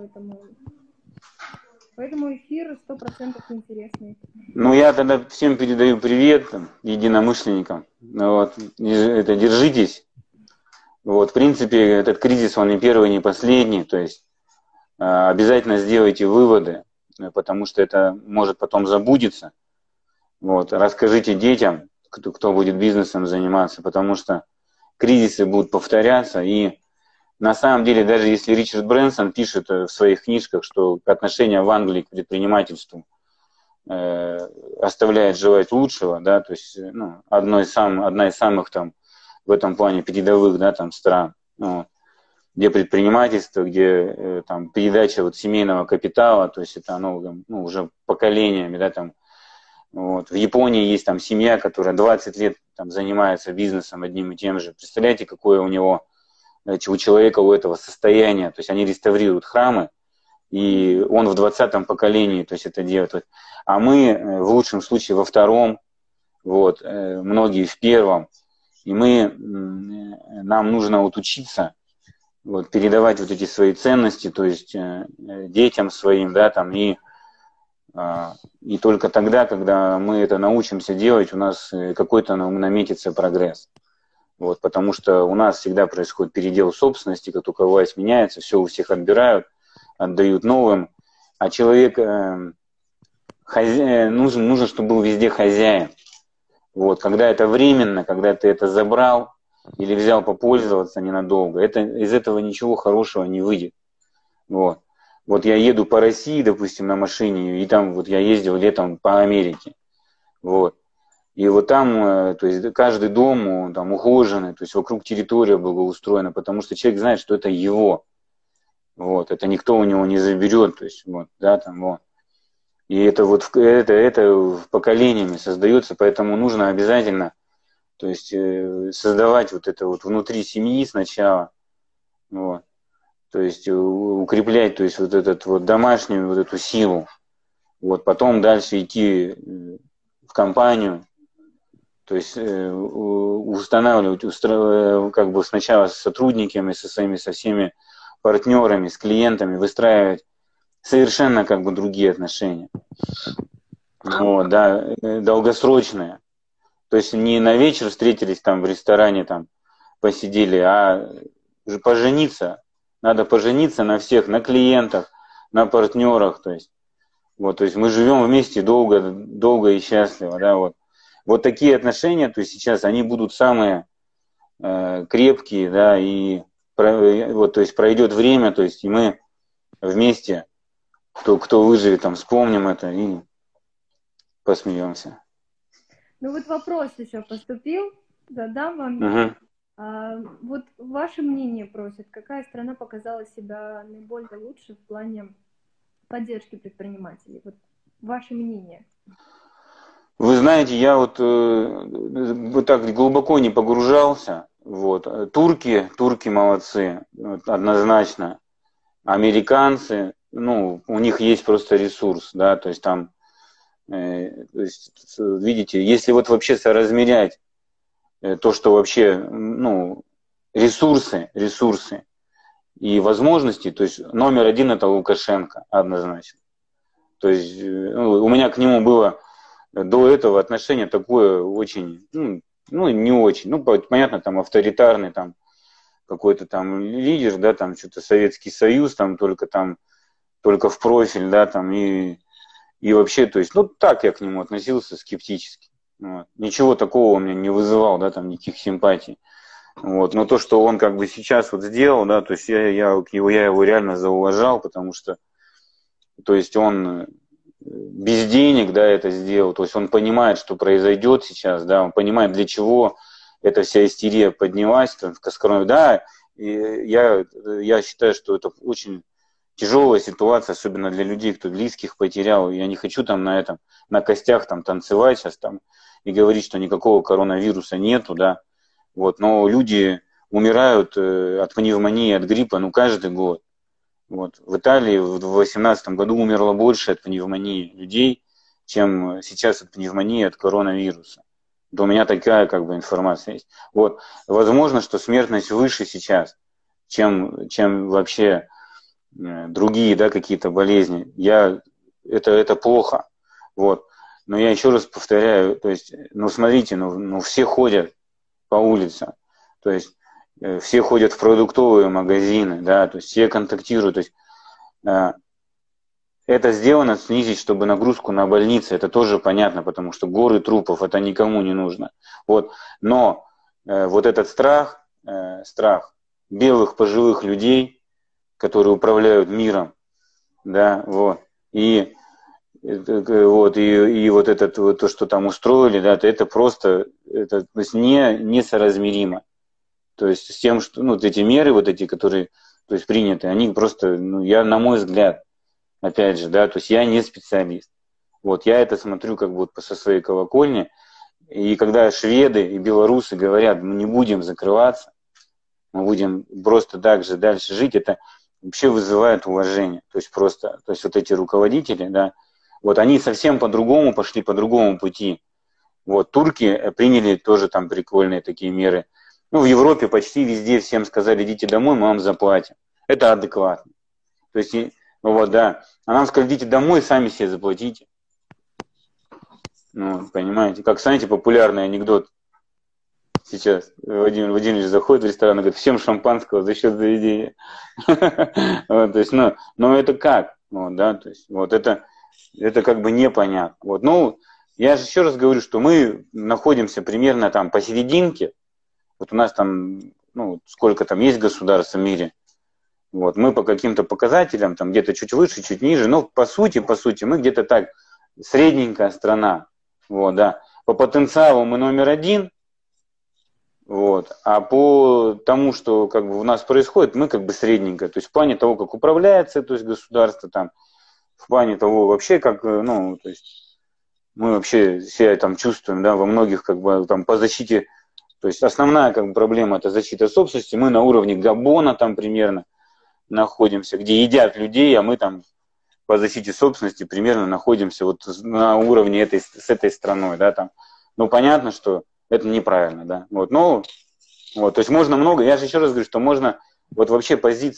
поэтому эфир 100% интересный. Я тогда всем передаю привет, единомышленникам, вот, держитесь. Вот, в принципе, этот кризис, он не первый, не последний, то есть обязательно сделайте выводы, потому что это может потом забудется. Вот, расскажите детям, кто будет бизнесом заниматься, потому что кризисы будут повторяться, и на самом деле, даже если Ричард Брэнсон пишет в своих книжках, что отношение в Англии к предпринимательству оставляет желать лучшего, да, то есть одна из самых там в этом плане передовых, да, там стран, где предпринимательство, где там передача вот семейного капитала, то есть это оно уже поколениями, да, там. Вот. В Японии есть там семья, которая 20 лет там занимается бизнесом одним и тем же. Представляете, какое у человека у этого состояние. То есть они реставрируют храмы, и он в 20-м поколении, то есть это делает. А мы в лучшем случае во втором, вот, многие в первом. И нам нужно вот учиться вот, передавать вот эти свои ценности, то есть детям своим, да, там, и только тогда, когда мы это научимся делать, у нас какой-то наметится прогресс. Вот, потому что у нас всегда происходит передел собственности, как только власть меняется, все у всех отбирают, отдают новым, а человек нужно, чтобы был везде хозяин. Вот, когда это временно, когда ты это забрал или взял попользоваться ненадолго, из этого ничего хорошего не выйдет. Вот. Вот я еду по России, допустим, на машине, и там вот я ездил летом по Америке. Вот. И вот там, то есть каждый дом он там ухоженный, то есть вокруг территория благоустроена, потому что человек знает, что это его. Вот. Это никто у него не заберет, то есть вот, да, там вот. И это вот это поколениями создается, поэтому нужно обязательно, то есть создавать вот это вот внутри семьи сначала, вот. То есть укреплять, то есть вот этот вот домашнюю вот эту силу, вот потом дальше идти в компанию, то есть устанавливать, как бы сначала с сотрудниками, со всеми партнерами, с клиентами выстраивать совершенно как бы другие отношения. Вот, да, долгосрочные. То есть не на вечер встретились там в ресторане, там посидели, а пожениться. Надо пожениться на всех, на клиентах, на партнерах. То есть, вот, то есть мы живем вместе долго, долго и счастливо. Да, вот. Вот такие отношения, то есть сейчас они будут самые крепкие, да, и вот, то есть пройдет время, то есть и мы вместе, кто выживет, там, вспомним это и посмеемся. Ну вот вопрос еще поступил, задам вам. Угу. Вот ваше мнение просят, какая страна показала себя наиболее лучше в плане поддержки предпринимателей? Вот ваше мнение. Вы знаете, я вот так глубоко не погружался. Вот. Турки молодцы, однозначно. Американцы, ну, у них есть просто ресурс, да, то есть там, то есть, видите, если вот вообще соразмерять то, что вообще, ну, ресурсы и возможности, то есть номер один это Лукашенко, однозначно. То есть у меня к нему было до этого отношение такое очень, ну не очень, ну, понятно, там авторитарный, там, какой-то там лидер, да, там что-то Советский Союз, там только в профиль, да, там и вообще, то есть, ну так я к нему относился скептически. Вот. Ничего такого он мне не вызывал, да, там никаких симпатий. Вот. Но то, что он как бы сейчас вот сделал, да, то есть я его реально зауважал, потому что, то есть он без денег, да, это сделал, то есть он понимает, что произойдет сейчас, да, он понимает, для чего эта вся истерия поднялась, там, в Каскароне, да, и я считаю, что это очень тяжелая ситуация, особенно для людей, кто близких потерял. Я не хочу там на костях там танцевать сейчас там и говорить, что никакого коронавируса нету, да, вот, но люди умирают от пневмонии, от гриппа, ну, каждый год. Вот. В Италии в 2018 году умерло больше от пневмонии людей, чем сейчас от пневмонии, от коронавируса. Да у меня такая как бы информация есть. Вот. Возможно, что смертность выше сейчас, чем вообще другие, да, какие-то болезни. Это плохо. Вот. Но я еще раз повторяю, то есть, ну смотрите, ну все ходят по улице, то есть все ходят в продуктовые магазины, да, то есть все контактируют, то есть это сделано снизить, чтобы нагрузку на больницы, это тоже понятно, потому что горы трупов, это никому не нужно. Вот. Но вот этот страх белых пожилых людей, которые управляют миром, да, вот, и вот этот вот то, что там устроили, да, это просто, то есть несоразмеримо. То есть с тем, что, ну, вот эти меры, вот эти, которые, то есть приняты, они просто, ну, на мой взгляд, опять же, да, то есть я не специалист. Вот, я это смотрю как бы вот со своей колокольни, и когда шведы и белорусы говорят, мы не будем закрываться, мы будем просто так же дальше жить, это вообще вызывает уважение. То есть просто, то есть вот эти руководители, да, вот они совсем по-другому пошли, по другому пути. Вот, турки приняли тоже там прикольные такие меры. Ну, в Европе почти везде всем сказали, идите домой, мы вам заплатим. Это адекватно. То есть, ну вот, да. А нам сказали, идите домой, сами себе заплатите. Ну, понимаете, как, знаете, популярный анекдот сейчас. Владимир Владимирович заходит в ресторан и говорит, всем шампанского за счет заведения. То есть, ну, это как? Да, то есть, вот это как бы непонятно. Вот, ну, я же еще раз говорю, что мы находимся примерно там посерединке. Вот у нас там, ну, сколько там есть государств в мире. Вот, мы по каким-то показателям, там где-то чуть выше, чуть ниже, но по сути, мы где-то так, средненькая страна. Вот, да. По потенциалу мы номер один, вот, а по тому, что как бы у нас происходит, мы как бы средненькая. То есть в плане того, как управляется, то есть государство там, в плане того вообще, как, ну, то есть мы вообще себя там чувствуем, да, во многих как бы там по защите. То есть основная как бы проблема это защита собственности. Мы на уровне Габона там примерно находимся, где едят людей, а мы там по защите собственности примерно находимся вот на уровне с этой страной, да, там. Ну, понятно, что это неправильно, да. Вот, ну, вот, то есть можно много, я же еще раз говорю, что можно, вот вообще позиция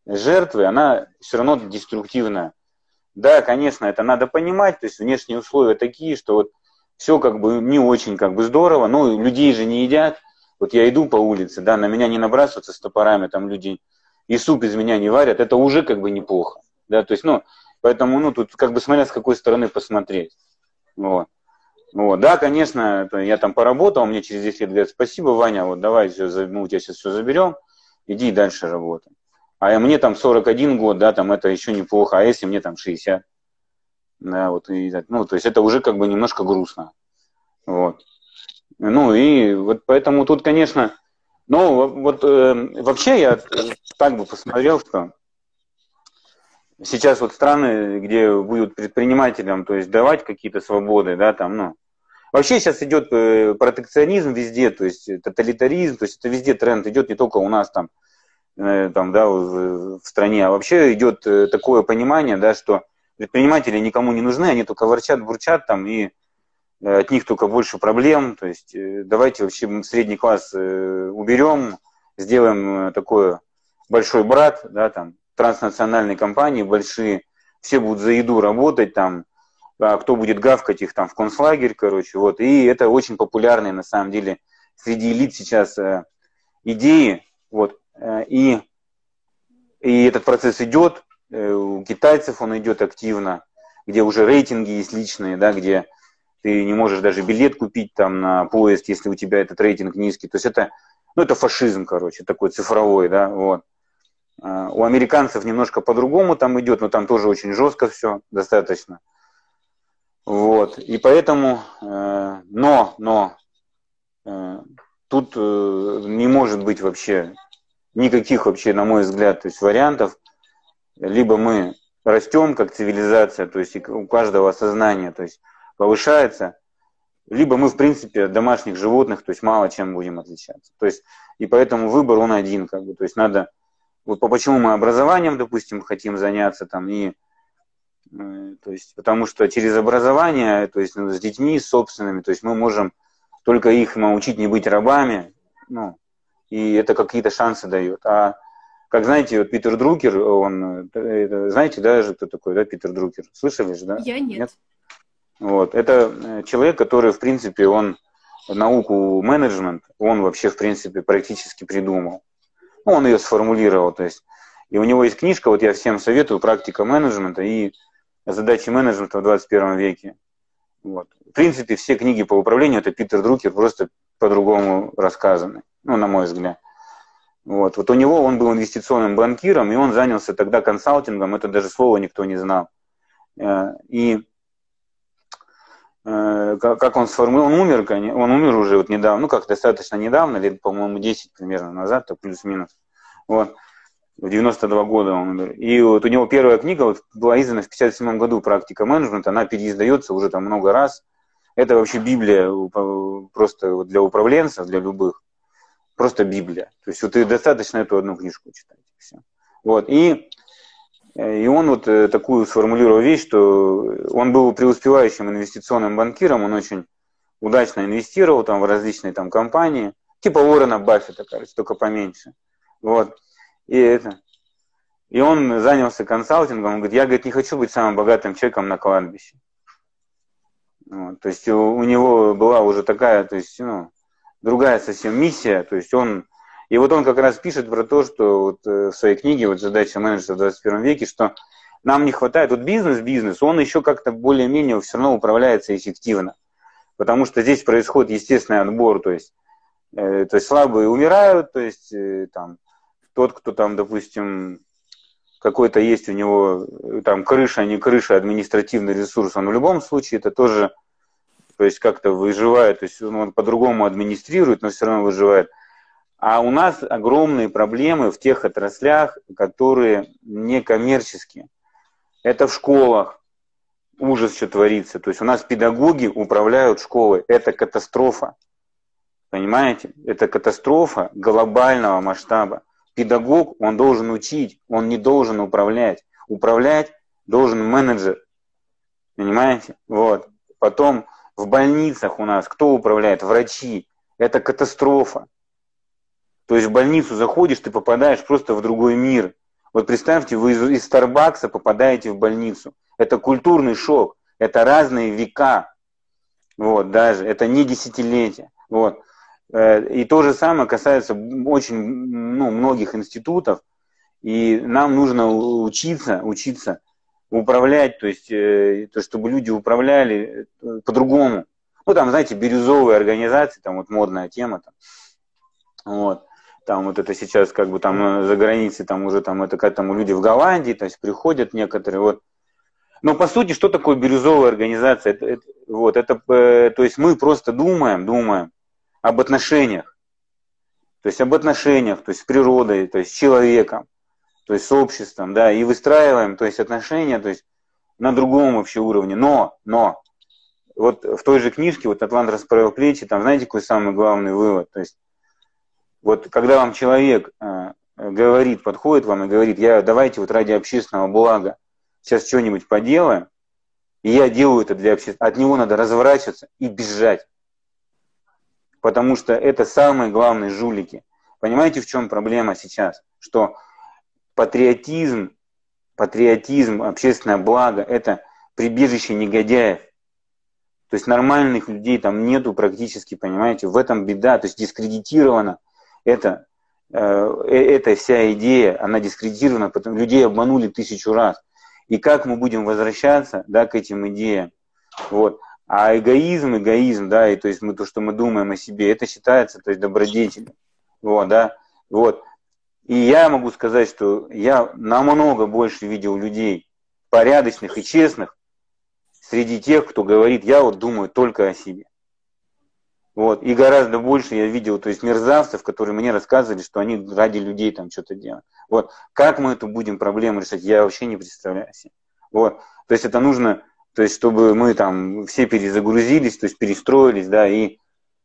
жертвы, она все равно деструктивная. Да, конечно, это надо понимать, то есть внешние условия такие, что вот все как бы не очень как бы здорово, ну, людей же не едят. Вот я иду по улице, да, на меня не набрасываются с топорами там люди, и суп из меня не варят, это уже как бы неплохо, да, то есть, ну, поэтому, ну, тут как бы смотря с какой стороны посмотреть, вот. Вот, да, конечно, я там поработал, мне через 10 лет говорят, спасибо, Ваня, вот давай, мы у тебя сейчас все заберем, иди дальше работай. А мне там 41 год, да, там это еще неплохо, а если мне там 60? Да, вот, и, ну, то есть это уже как бы немножко грустно. Вот. Ну, и вот поэтому тут, конечно, ну, вот вообще я так бы посмотрел, что сейчас вот страны, где будут предпринимателям, то есть давать какие-то свободы, да, там, ну, вообще сейчас идет протекционизм везде, то есть тоталитаризм, то есть это везде тренд идет, не только у нас там, да, в стране, а вообще идет такое понимание, да, что предприниматели никому не нужны, они только ворчат, бурчат там, и от них только больше проблем, то есть давайте вообще средний класс уберем, сделаем такой большой брат, да, там, транснациональные компании большие, все будут за еду работать там, а кто будет гавкать их там в концлагерь, короче, вот, и это очень популярные на самом деле среди элит сейчас идеи, вот, и этот процесс идет, у китайцев он идет активно, где уже рейтинги есть личные, да, где ты не можешь даже билет купить там на поезд, если у тебя этот рейтинг низкий, то есть это, ну, это фашизм, короче, такой цифровой, да, вот. У американцев немножко по-другому там идет, но там тоже очень жестко все, достаточно. Вот, и поэтому, тут не может быть вообще никаких вообще, на мой взгляд, то есть вариантов. Либо мы растем как цивилизация, то есть у каждого сознание, то есть повышается, либо мы, в принципе, от домашних животных, то есть мало чем будем отличаться. То есть, и поэтому выбор он один, как бы, то есть надо, вот почему мы образованием, допустим, хотим заняться там, и, то есть, потому что через образование, то есть с детьми собственными, то есть мы можем только их научить не быть рабами, ну, и это какие-то шансы дает. А как знаете, вот Питер Друкер, он, знаете, да, же кто такой, да, Питер Друкер? Слышали же, да? Я нет. Вот. Это человек, который, в принципе, он науку менеджмент, он вообще, в принципе, практически придумал. Ну, он ее сформулировал, то есть. И у него есть книжка, вот я всем советую, «Практика менеджмента» и «Задачи менеджмента в 21 веке». Вот. В принципе, все книги по управлению, это Питер Друкер, просто по-другому рассказаны, ну, на мой взгляд. Вот. Вот у него он был инвестиционным банкиром, и он занялся тогда консалтингом, это даже слова никто не знал. И как он сформулировал, он умер уже вот недавно, ну как достаточно недавно, лет, по-моему, 10 примерно назад, так плюс-минус. Вот. В 92 года он умер. И вот у него первая книга вот была издана в 57 году, «Практика менеджмента», она переиздается уже там много раз. Это вообще Библия просто вот для управленцев, для любых. Просто Библия. То есть вот и достаточно эту одну книжку читать. Все. Вот. И он вот такую сформулировал вещь, что он был преуспевающим инвестиционным банкиром, он очень удачно инвестировал там в различные там компании, типа Уоррена Баффета, короче, только поменьше. Вот. И он занялся консалтингом, он говорит, я, говорит, не хочу быть самым богатым человеком на кладбище. Вот. То есть у него была уже такая, то есть, ну, другая совсем миссия, то есть он как раз пишет про то, что вот в своей книге вот «Задача менеджера в 21 веке», что нам не хватает, вот бизнес, он еще как-то более-менее все равно управляется эффективно, потому что здесь происходит естественный отбор, то есть слабые умирают, то есть там тот, кто там, допустим, какой-то есть у него там крыша, не крыша, административный ресурс, он в любом случае это тоже, то есть как-то выживает, то есть он по-другому администрирует, но все равно выживает. А у нас огромные проблемы в тех отраслях, которые не коммерческие. Это в школах ужас, что творится. То есть у нас педагоги управляют школой. Это катастрофа. Понимаете? Это катастрофа глобального масштаба. Педагог, он должен учить, он не должен управлять. Управлять должен менеджер. Понимаете? Вот. Потом в больницах у нас кто управляет? Врачи. Это катастрофа. То есть в больницу заходишь, ты попадаешь просто в другой мир. Вот представьте, вы из Старбакса попадаете в больницу. Это культурный шок, это разные века, вот, даже, это не десятилетия. Вот. И то же самое касается очень многих институтов, и нам нужно учиться управлять, то есть, чтобы люди управляли по-другому. Ну, там, знаете, бирюзовые организации, там вот модная тема, там, вот, там вот это сейчас как бы там за границей, там уже там это как там люди в Голландии, то есть приходят некоторые, вот. Но по сути, что такое бирюзовая организация? То есть мы просто думаем об отношениях, то есть с природой, то есть с человеком, то есть с обществом, да, и выстраиваем, то есть отношения, то есть на другом вообще уровне. Но вот в той же книжке, вот «Атлант расправил плечи», там, знаете, какой самый главный вывод? То есть вот когда вам человек говорит, подходит вам и говорит, давайте вот ради общественного блага сейчас что-нибудь поделаем, и я делаю это для общества, от него надо разворачиваться и бежать. Потому что это самые главные жулики. Понимаете, в чем проблема сейчас? Что патриотизм, общественное благо – это прибежище негодяев. То есть нормальных людей там нету практически, понимаете, в этом беда. То есть дискредитирована эта вся идея, она дискредитирована, потому людей обманули 1000 раз. И как мы будем возвращаться, да, к этим идеям? Вот. А эгоизм, да, и то есть то, что мы думаем о себе, это считается, то есть добродетелем. Вот, да, вот. И я могу сказать, что я намного больше видел людей порядочных и честных среди тех, кто говорит, я вот думаю только о себе. Вот. И гораздо больше я видел, то есть мерзавцев, которые мне рассказывали, что они ради людей там что-то делают. Вот. Как мы эту будем проблему решать, я вообще не представляю себе. Вот. То есть это нужно, то есть чтобы мы там все перезагрузились, то есть перестроились, да, и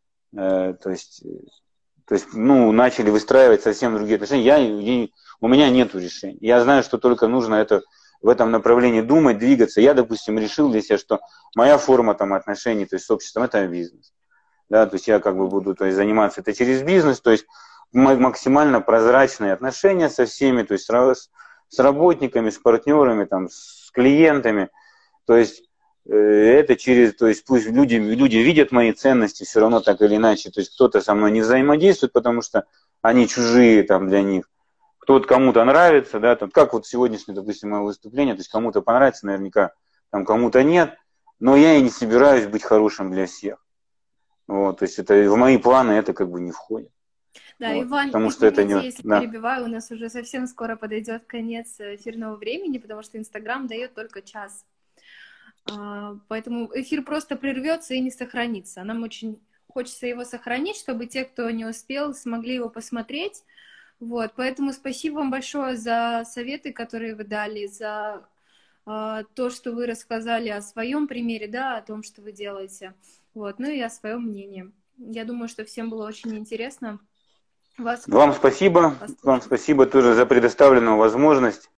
начали выстраивать совсем другие отношения. У меня нет решения. Я знаю, что только нужно это в этом направлении думать, двигаться. Я, допустим, решил для себя, что моя форма там отношений, то есть с обществом, это бизнес. Да, то есть я как бы буду заниматься это через бизнес, то есть максимально прозрачные отношения со всеми, то есть с работниками, с партнерами, там, с клиентами. То есть это то есть пусть люди видят мои ценности все равно так или иначе. То есть кто-то со мной не взаимодействует, потому что они чужие там для них. Кто-то кому-то нравится, да, там, как вот сегодняшнее, допустим, мое выступление, то есть кому-то понравится наверняка, там кому-то нет, но я и не собираюсь быть хорошим для всех. Вот, то есть это в мои планы это как бы не входит. Да, вот, Иван, потому что это не... если перебиваю, у нас уже совсем скоро подойдет конец эфирного времени, потому что Инстаграм дает только час. Поэтому эфир просто прервется и не сохранится. Нам очень хочется его сохранить, чтобы те, кто не успел, смогли его посмотреть. Вот, поэтому спасибо вам большое за советы, которые вы дали, за то, что вы рассказали о своем примере, да, о том, что вы делаете. Вот, ну и о своем мнении. Я думаю, что всем было очень интересно. Вам спасибо тоже за предоставленную возможность.